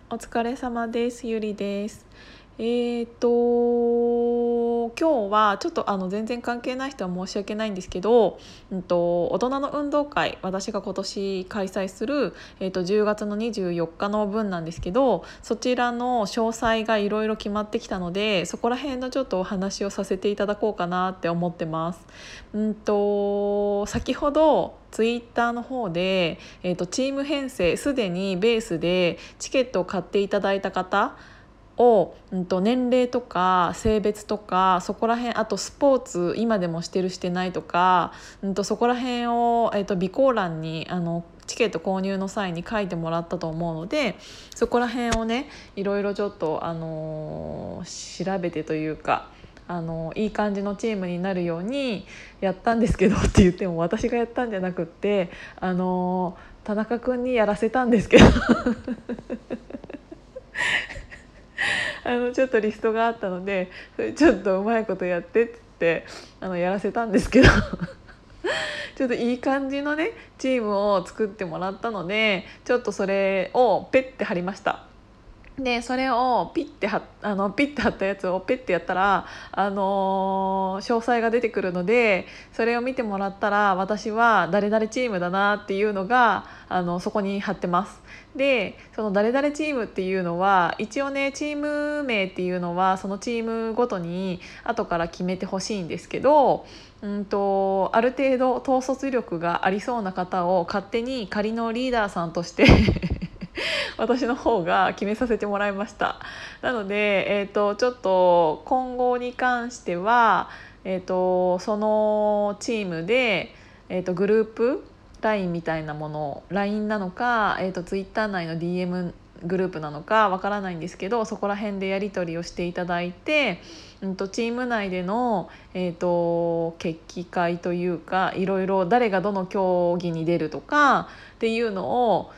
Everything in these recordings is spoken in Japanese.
お疲れ様です。ゆりです。今日はちょっと全然関係ない人は申し訳ないんですけど、大人の運動会、私が今年開催する、10月の24日の分なんですけど、そちらの詳細がいろいろ決まってきたので、そこら辺のちょっとお話をさせていただこうかなって思ってます。先ほどツイッターの方で、チーム編成すでにベースでチケットを買っていただいた方を、年齢とか性別とかそこら辺、あとスポーツ今でもしてるしてないとか、そこら辺を、備考欄にチケット購入の際に書いてもらったと思うので、そこら辺をねいろいろちょっと、調べてというか、いい感じのチームになるようにやったんですけどって言っても私がやったんじゃなくって、田中君にやらせたんですけどちょっとリストがあったので、それちょっとうまいことやってって言ってやらせたんですけどちょっといい感じのねチームを作ってもらったので、ちょっとそれをペッて貼りました。でそれをピッて貼ったやつをペッてやったら、詳細が出てくるので、それを見てもらったら私は誰々チームだなっていうのがそこに貼ってます。でその誰々チームっていうのは一応ね、チーム名っていうのはそのチームごとに後から決めてほしいんですけど、ある程度統率力がありそうな方を勝手に仮のリーダーさんとして私の方が決めさせてもらいました。なので、ちょっと今後に関しては、そのチームで、グループ LINE みたいなもの、 LINE なのか、Twitter 内の DM グループなのかわからないんですけど、そこら辺でやり取りをしていただいて、チーム内での、決起会というか、いろいろ誰がどの競技に出るとかっていうのを、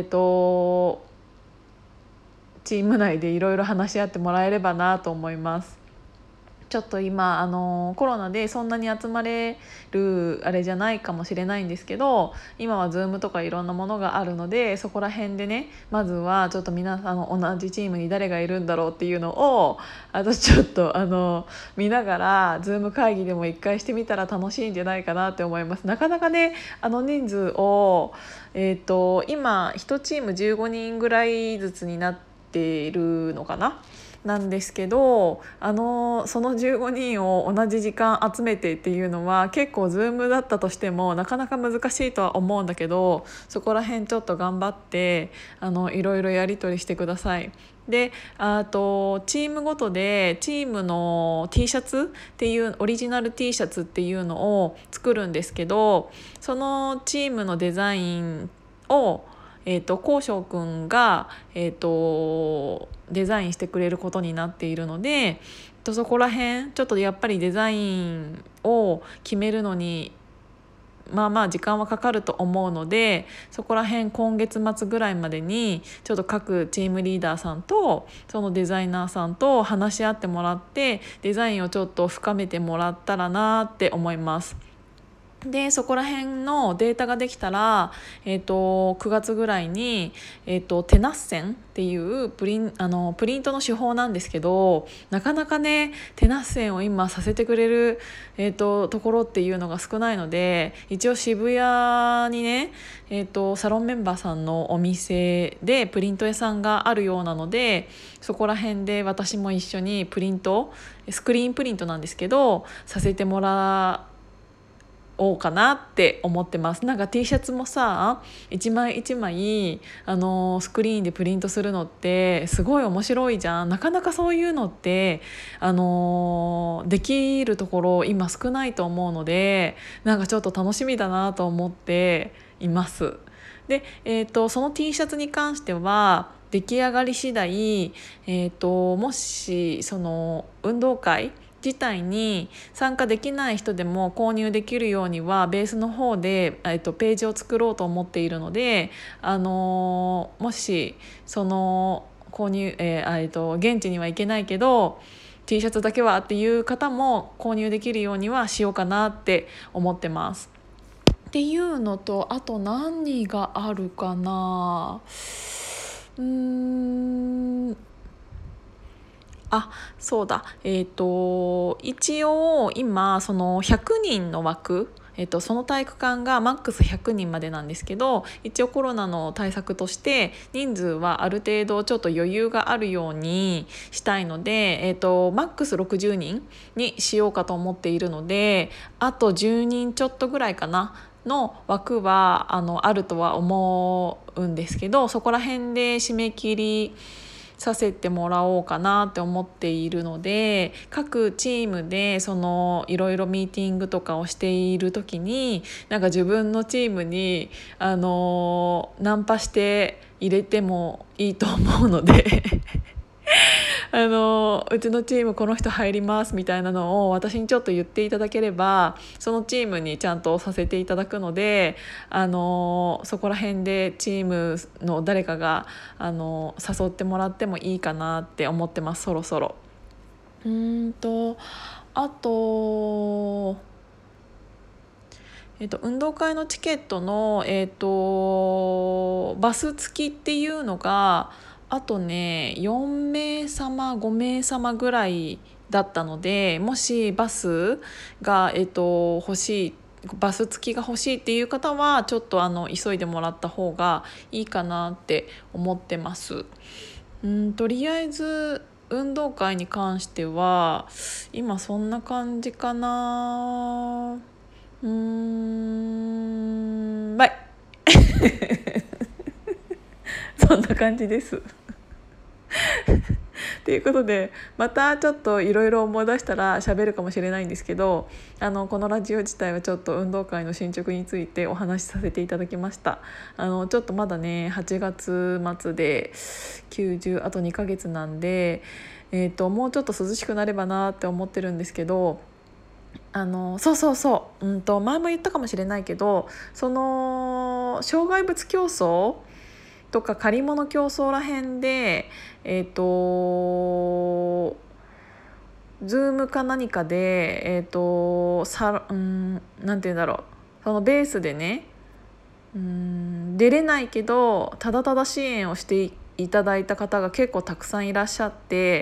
チーム内でいろいろ話し合ってもらえればなと思います。ちょっと今コロナでそんなに集まれるあれじゃないかもしれないんですけど、今は Zoom とかいろんなものがあるので、そこら辺でねまずはちょっと皆さん同じチームに誰がいるんだろうっていうのをちょっと見ながら Zoom 会議でも一回してみたら楽しいんじゃないかなって思います。なかなかね人数を、今1チーム15人ぐらいずつになっているのかな、なんですけど、その15人を同じ時間集めてっていうのは結構 Zoom だったとしてもなかなか難しいとは思うんだけど、そこら辺ちょっと頑張っていろいろやり取りしてください。でチームごとでチームの T シャツっていうオリジナル T シャツっていうのを作るんですけど、そのチームのデザインをこうしょうくんが、デザインしてくれることになっているので、そこら辺ちょっとやっぱりデザインを決めるのにまあまあ時間はかかると思うので、そこら辺今月末ぐらいまでにちょっと各チームリーダーさんとそのデザイナーさんと話し合ってもらって、デザインをちょっと深めてもらったらなって思います。でそこら辺のデータができたら、9月ぐらいに、テナッセンっていうプリントの手法なんですけど、なかなかねテナッセンを今させてくれる、ところっていうのが少ないので、一応渋谷にね、サロンメンバーさんのお店でプリント屋さんがあるようなので、そこら辺で私も一緒にスクリーンプリントなんですけどさせてもらおうかなって思ってます。なんか T シャツもさ一枚一枚スクリーンでプリントするのってすごい面白いじゃん。なかなかそういうのってできるところ今少ないと思うので、なんかちょっと楽しみだなと思っています。で、その T シャツに関しては出来上がり次第、もしその運動会自体に参加できない人でも購入できるようにはベースの方で、ページを作ろうと思っているので、もしその購入、現地には行けないけど T シャツだけはっていう方も購入できるようにはしようかなって思ってます。っていうのと、あと何があるかな、 そうだ。一応今その100人の枠、その体育館がマックス100人までなんですけど、一応コロナの対策として人数はある程度ちょっと余裕があるようにしたいので、マックス60人にしようかと思っているので、あと10人ちょっとぐらいかなの枠はあるとは思うんですけど、そこら辺で締め切りさせてもらおうかなって思っているので、各チームでいろいろミーティングとかをしている時になんか自分のチームにナンパして入れてもいいと思うのでうちのチームこの人入りますみたいなのを私にちょっと言っていただければ、そのチームにちゃんとさせていただくので、そこら辺でチームの誰かが誘ってもらってもいいかなって思ってます。そろそろあと運動会のチケットの、バス付きっていうのがあとね4名様5名様ぐらいだったので、もしバスが、欲しいバス付きが欲しいっていう方はちょっと急いでもらった方がいいかなって思ってます。とりあえず運動会に関しては今そんな感じかな。バイそんな感じですということで、またちょっといろいろ思い出したら喋るかもしれないんですけど、このラジオ自体はちょっと運動会の進捗についてお話しさせていただきました。ちょっとまだね8月末で90あと2ヶ月なんで、もうちょっと涼しくなればなって思ってるんですけど、前も言ったかもしれないけど、障害物競争とか借り物競争らへんでズームか何かでなんて言うんだろう、そのベースでね出れないけどただただ支援をしていただいた方が結構たくさんいらっしゃって、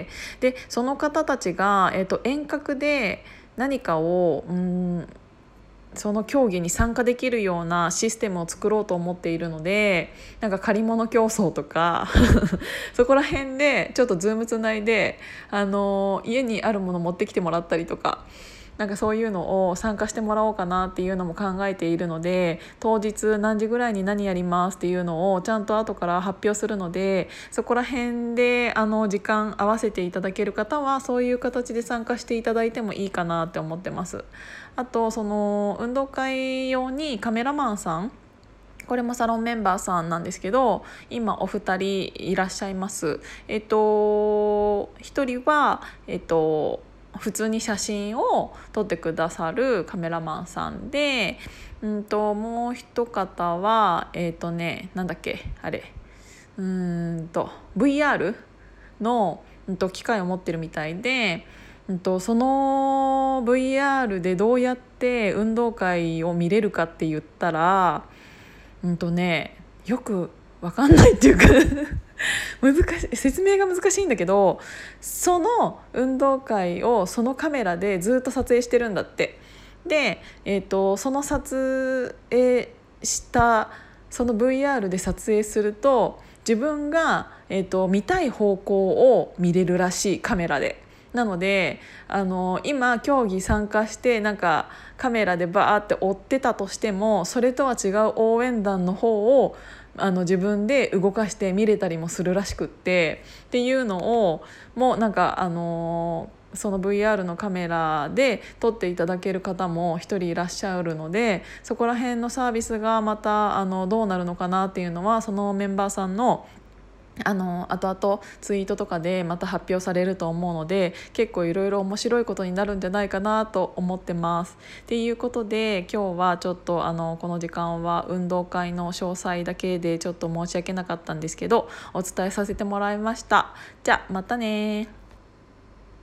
でその方たちが、遠隔で何かをその競技に参加できるようなシステムを作ろうと思っているので、なんか借り物競争とかそこら辺でちょっとズームつないで家にあるもの持ってきてもらったりとか、なんかそういうのを参加してもらおうかなっていうのも考えているので、当日何時ぐらいに何やりますっていうのをちゃんと後から発表するので、そこら辺で時間合わせていただける方はそういう形で参加していただいてもいいかなって思ってます。あと運動会用にカメラマンさん、これもサロンメンバーさんなんですけど、今お二人いらっしゃいます。一人は普通に写真を撮ってくださるカメラマンさんで、もう一方はなんだっけあれVR の機械を持ってるみたいで、その VR でどうやって運動会を見れるかって言ったらよく分かんないっていうか難しい、説明が難しいんだけど、その運動会をそのカメラでずっと撮影してるんだって。で、その撮影したその VR で撮影すると自分が、見たい方向を見れるらしい、カメラで。なので今競技参加してなんかカメラでバーって追ってたとしても、それとは違う応援団の方を自分で動かして見れたりもするらしくっていうのをもうなんかその VR のカメラで撮っていただける方も一人いらっしゃるので、そこら辺のサービスがまたどうなるのかなっていうのはそのメンバーさんの後々ツイートとかでまた発表されると思うので、結構いろいろ面白いことになるんじゃないかなと思ってます。っていうことで今日はちょっとこの時間は運動会の詳細だけでちょっと申し訳なかったんですけどお伝えさせてもらいました。じゃあまたね。